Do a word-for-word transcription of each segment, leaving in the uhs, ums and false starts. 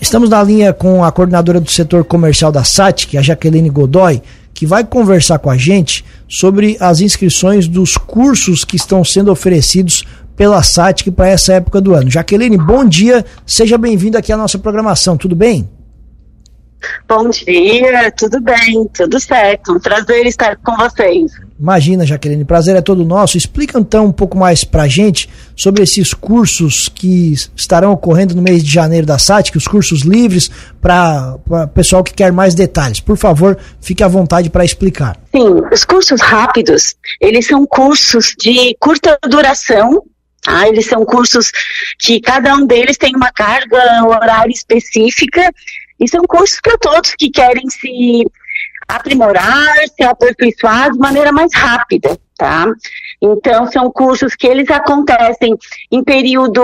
Estamos na linha com a coordenadora do setor comercial da S A T I C, a Jaqueline Godoy, que vai conversar com a gente sobre as inscrições dos cursos que estão sendo oferecidos pela S A T I C para essa época do ano. Jaqueline, bom dia, seja bem-vinda aqui à nossa programação, tudo bem? Bom dia, tudo bem, tudo certo, um prazer estar com vocês. Imagina, Jaqueline, prazer é todo nosso. Explica então um pouco mais pra gente sobre esses cursos que estarão ocorrendo no mês de janeiro da S A T I C, os cursos livres, para o pessoal que quer mais detalhes. Por favor, fique à vontade para explicar. Sim, os cursos rápidos, eles são cursos de curta duração. Ah, eles são cursos que cada um deles tem uma carga horária específica e são cursos para todos que querem se aprimorar, se aperfeiçoar de maneira mais rápida, tá? Então, são cursos que eles acontecem em períodos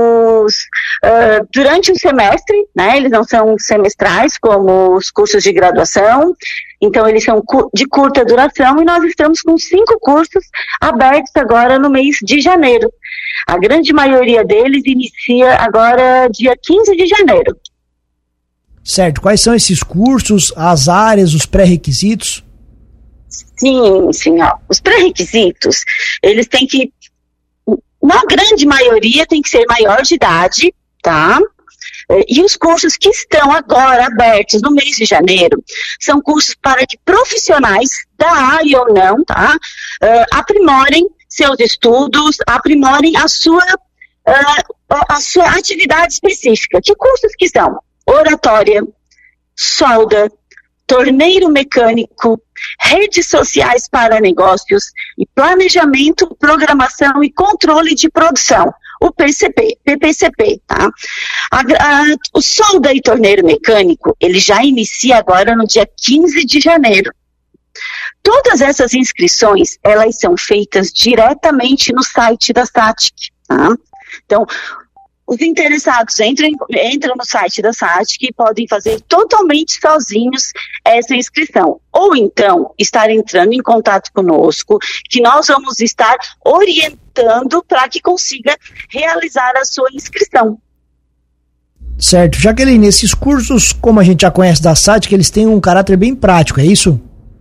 uh, durante o semestre, né? Eles não são semestrais como os cursos de graduação, então eles são de curta duração e nós estamos com cinco cursos abertos agora no mês de janeiro. A grande maioria deles inicia agora dia quinze de janeiro. Certo, quais são esses cursos, as áreas, os pré-requisitos? Sim, sim, ó. Os pré-requisitos, eles têm que, na grande maioria, tem que ser maior de idade, tá? E os cursos que estão agora abertos no mês de janeiro, são cursos para que profissionais da área ou não, tá? Uh, aprimorem seus estudos, aprimorem a sua, uh, a sua atividade específica. Que cursos que são? Oratória, solda, torneiro mecânico, redes sociais para negócios e planejamento, programação e controle de produção, o P C P, P P C P, tá? A, a, o solda e torneiro mecânico, ele já inicia agora no dia quinze de janeiro. Todas essas inscrições, elas são feitas diretamente no site da S A T I C, tá? Então, os interessados entram, entram no site da S A T I C e podem fazer totalmente sozinhos essa inscrição. Ou então, estar entrando em contato conosco, que nós vamos estar orientando para que consiga realizar a sua inscrição. Certo. Jaqueline, esses cursos, como a gente já conhece da S A T I C, eles têm um caráter bem prático, é isso?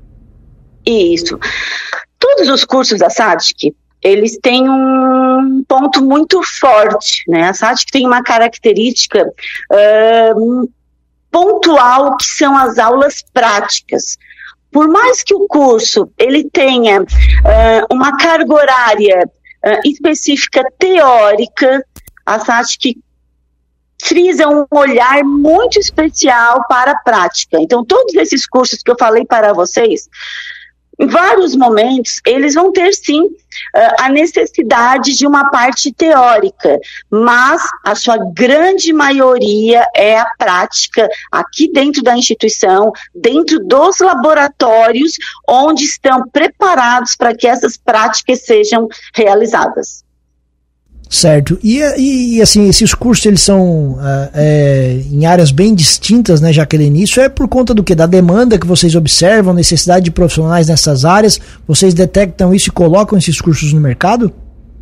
Isso. Todos os cursos da S A T I C, eles têm um ponto muito forte, né? A S A T I C tem uma característica uh, pontual, que são as aulas práticas. Por mais que o curso ele tenha uh, uma carga horária uh, específica teórica, a S A T I C frisa um olhar muito especial para a prática. Então, todos esses cursos que eu falei para vocês, em vários momentos, eles vão ter sim a necessidade de uma parte teórica, mas a sua grande maioria é a prática aqui dentro da instituição, dentro dos laboratórios, onde estão preparados para que essas práticas sejam realizadas. Certo, e, e, e assim, esses cursos eles são uh, é, em áreas bem distintas, né, Jaqueline? Isso é por conta do quê? Da demanda que vocês observam, necessidade de profissionais nessas áreas, vocês detectam isso e colocam esses cursos no mercado?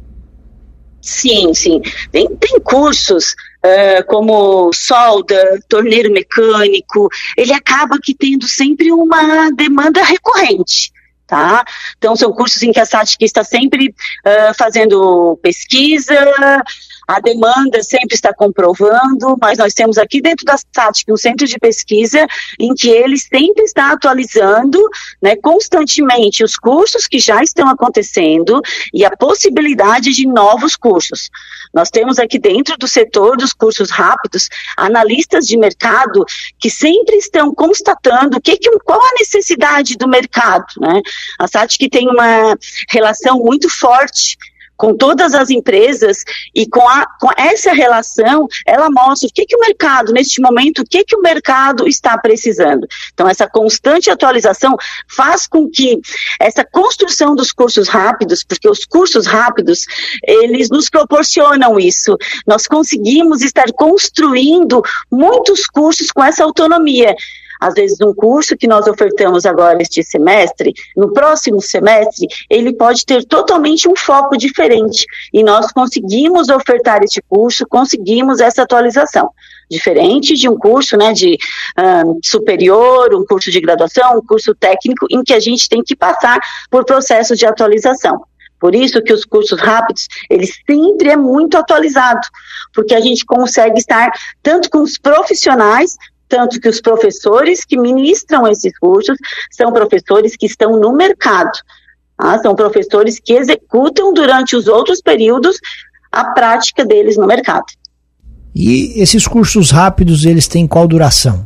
Sim, sim. Tem, tem cursos uh, como solda, torneiro mecânico, ele acaba que tendo sempre uma demanda recorrente. Tá? Então, são cursos em que a S A T I C está sempre uh, fazendo pesquisa, a demanda sempre está comprovando, mas nós temos aqui dentro da S A T I C um centro de pesquisa em que ele sempre está atualizando, né, constantemente os cursos que já estão acontecendo e a possibilidade de novos cursos. Nós temos aqui dentro do setor dos cursos rápidos, analistas de mercado que sempre estão constatando o que, que, qual a necessidade do mercado, né? A S A T I C tem uma relação muito forte com todas as empresas e com, a, com essa relação, ela mostra o que, que o mercado, neste momento, o que, que o mercado está precisando. Então, essa constante atualização faz com que essa construção dos cursos rápidos, porque os cursos rápidos, eles nos proporcionam isso. Nós conseguimos estar construindo muitos cursos com essa autonomia. Às vezes um curso que nós ofertamos agora este semestre, no próximo semestre, ele pode ter totalmente um foco diferente. E nós conseguimos ofertar este curso, conseguimos essa atualização. Diferente de um curso, né, de um, superior, um curso de graduação, um curso técnico, em que a gente tem que passar por processos de atualização. Por isso que os cursos rápidos, ele sempre é muito atualizado, porque a gente consegue estar tanto com os profissionais, tanto que os professores que ministram esses cursos são professores que estão no mercado, tá? São professores que executam durante os outros períodos a prática deles no mercado. E esses cursos rápidos, eles têm qual duração?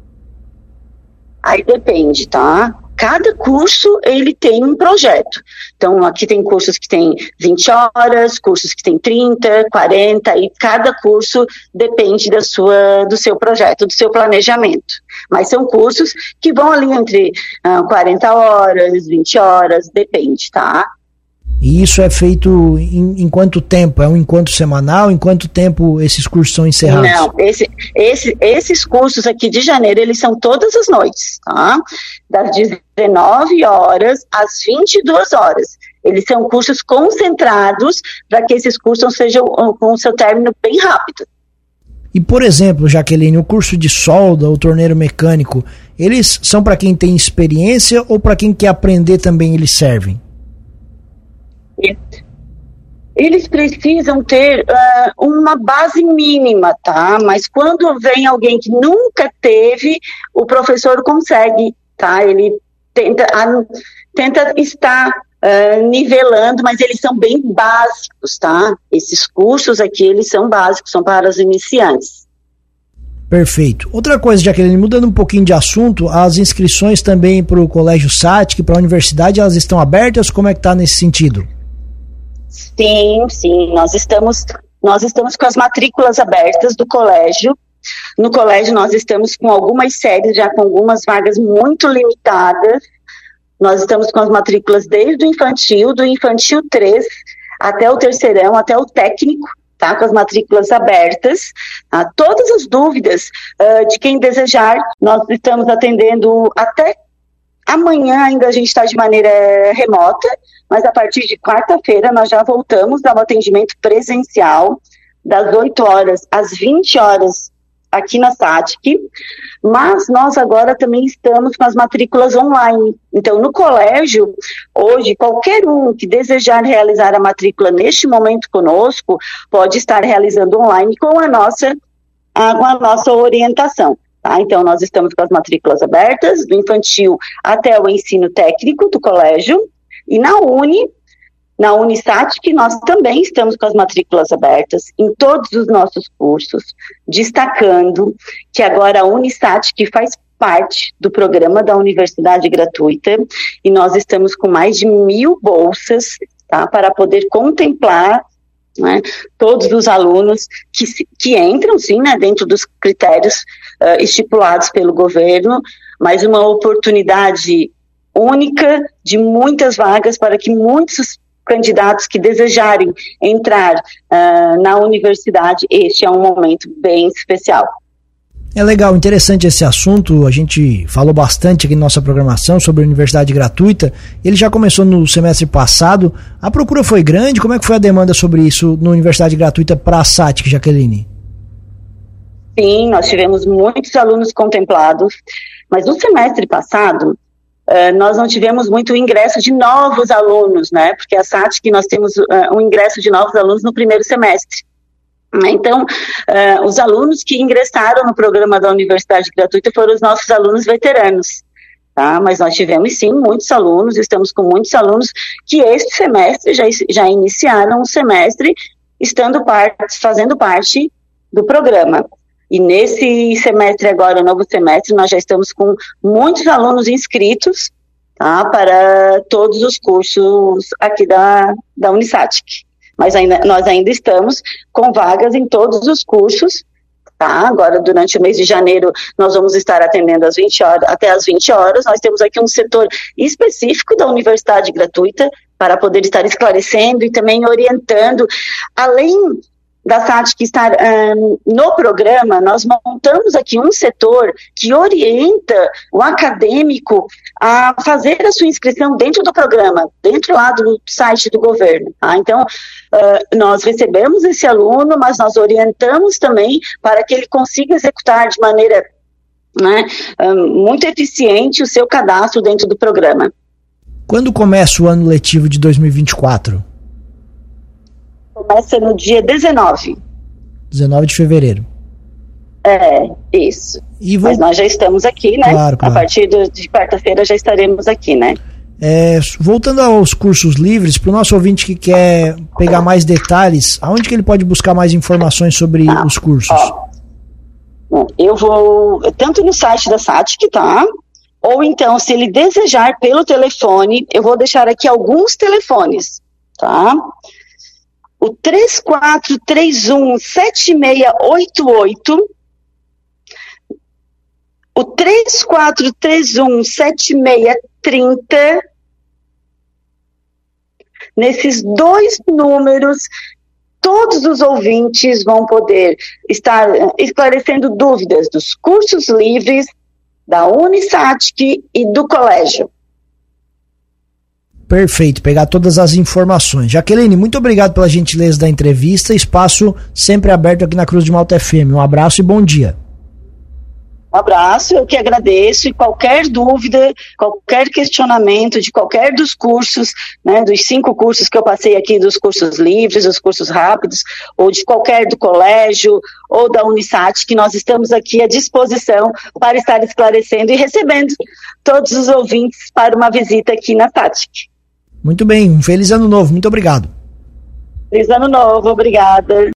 Aí depende, tá? Cada curso, ele tem um projeto. Então, aqui tem cursos que tem vinte horas, cursos que tem trinta, quarenta, e cada curso depende da sua, do seu projeto, do seu planejamento. Mas são cursos que vão ali entre uh, quarenta horas, vinte horas, depende, tá? E isso é feito em, em quanto tempo? É um encontro semanal? Em quanto tempo esses cursos são encerrados? Não, esse, esse, esses cursos aqui de janeiro, eles são todas as noites, tá? Das dezenove horas às vinte e duas horas. Eles são cursos concentrados para que esses cursos sejam com o seu término bem rápido. E, por exemplo, Jaqueline, o curso de solda, o torneiro mecânico, eles são para quem tem experiência ou para quem quer aprender também eles servem? Eles precisam ter uh, uma base mínima, tá? Mas quando vem alguém que nunca teve, o professor consegue, tá? Ele tenta, uh, tenta estar uh, nivelando, mas eles são bem básicos, tá? Esses cursos aqui, eles são básicos, são para os iniciantes. Perfeito. Outra coisa, Jaqueline, mudando um pouquinho de assunto, as inscrições também para o Colégio SATIC, para a universidade, elas estão abertas? Como é que está nesse sentido? Sim, sim, nós estamos, nós estamos com as matrículas abertas do colégio. No colégio nós estamos com algumas séries, já com algumas vagas muito limitadas. Nós estamos com as matrículas desde o infantil, do infantil três até o terceirão, até o técnico, tá? Com as matrículas abertas. Tá? Todas as dúvidas uh, de quem desejar, nós estamos atendendo até amanhã, ainda a gente está de maneira remota, mas a partir de quarta-feira nós já voltamos ao atendimento presencial, das oito horas às vinte horas aqui na SATIC, mas nós agora também estamos com as matrículas online. Então, no colégio, hoje, qualquer um que desejar realizar a matrícula neste momento conosco, pode estar realizando online com a nossa, a, com a nossa orientação. Tá? Então, nós estamos com as matrículas abertas, do infantil até o ensino técnico do colégio, e na Uni, na Unisatic, nós também estamos com as matrículas abertas em todos os nossos cursos, destacando que agora a Unisatic faz parte do programa da Universidade Gratuita, e nós estamos com mais de mil bolsas, tá, para poder contemplar, né, todos os alunos que, que entram, sim, né, dentro dos critérios uh, estipulados pelo governo, mas uma oportunidade única de muitas vagas para que muitos candidatos que desejarem entrar uh, na universidade, este é um momento bem especial. É legal, interessante esse assunto, a gente falou bastante aqui na nossa programação sobre a Universidade Gratuita, ele já começou no semestre passado, a procura foi grande, como é que foi a demanda sobre isso na Universidade Gratuita para a SATIC, Jaqueline? Sim, nós tivemos muitos alunos contemplados, mas no semestre passado, uh, nós não tivemos muito ingresso de novos alunos, né, porque a SATIC nós temos uh, um ingresso de novos alunos no primeiro semestre. Então, uh, os alunos que ingressaram no programa da Universidade Gratuita foram os nossos alunos veteranos, tá? Mas nós tivemos, sim, muitos alunos, estamos com muitos alunos que este semestre já, já iniciaram o semestre estando parte, fazendo parte do programa. E nesse semestre agora, novo semestre, nós já estamos com muitos alunos inscritos, tá? Para todos os cursos aqui da, da Unisatic. Mas ainda, nós ainda estamos com vagas em todos os cursos, tá? Agora, durante o mês de janeiro, nós vamos estar atendendo às vinte horas, até às vinte horas. Nós temos aqui um setor específico da Universidade Gratuita para poder estar esclarecendo e também orientando, além da SATIC estar um, no programa, nós montamos aqui um setor que orienta o acadêmico a fazer a sua inscrição dentro do programa, dentro lá do site do governo. Tá? Então, uh, nós recebemos esse aluno, mas nós orientamos também para que ele consiga executar de maneira, né, um, muito eficiente o seu cadastro dentro do programa. Quando começa o ano letivo de dois mil e vinte e quatro? Começa no dia dezenove. dezenove de fevereiro. É, isso. E vou... Mas nós já estamos aqui, né? Claro, claro. A partir de quarta-feira já estaremos aqui, né? É, voltando aos cursos livres, para o nosso ouvinte que quer pegar mais detalhes, aonde que ele pode buscar mais informações sobre ah, os cursos? Ó, eu vou, tanto no site da SATIC, tá? Ou então, se ele desejar pelo telefone, eu vou deixar aqui alguns telefones, tá? O três quatro três um, sete seis oito oito, o três quatro três um, sete seis três zero, nesses dois números, todos os ouvintes vão poder estar esclarecendo dúvidas dos cursos livres, da UniSATIC e do colégio. Perfeito, pegar todas as informações. Jaqueline, muito obrigado pela gentileza da entrevista, espaço sempre aberto aqui na Cruz de Malta F M. Um abraço e bom dia. Um abraço, eu que agradeço, e qualquer dúvida, qualquer questionamento de qualquer dos cursos, né, dos cinco cursos que eu passei aqui, dos cursos livres, dos cursos rápidos, ou de qualquer do colégio, ou da UniSATIC, que nós estamos aqui à disposição para estar esclarecendo e recebendo todos os ouvintes para uma visita aqui na SATIC. Muito bem, um feliz ano novo, muito obrigado. Feliz ano novo, obrigada.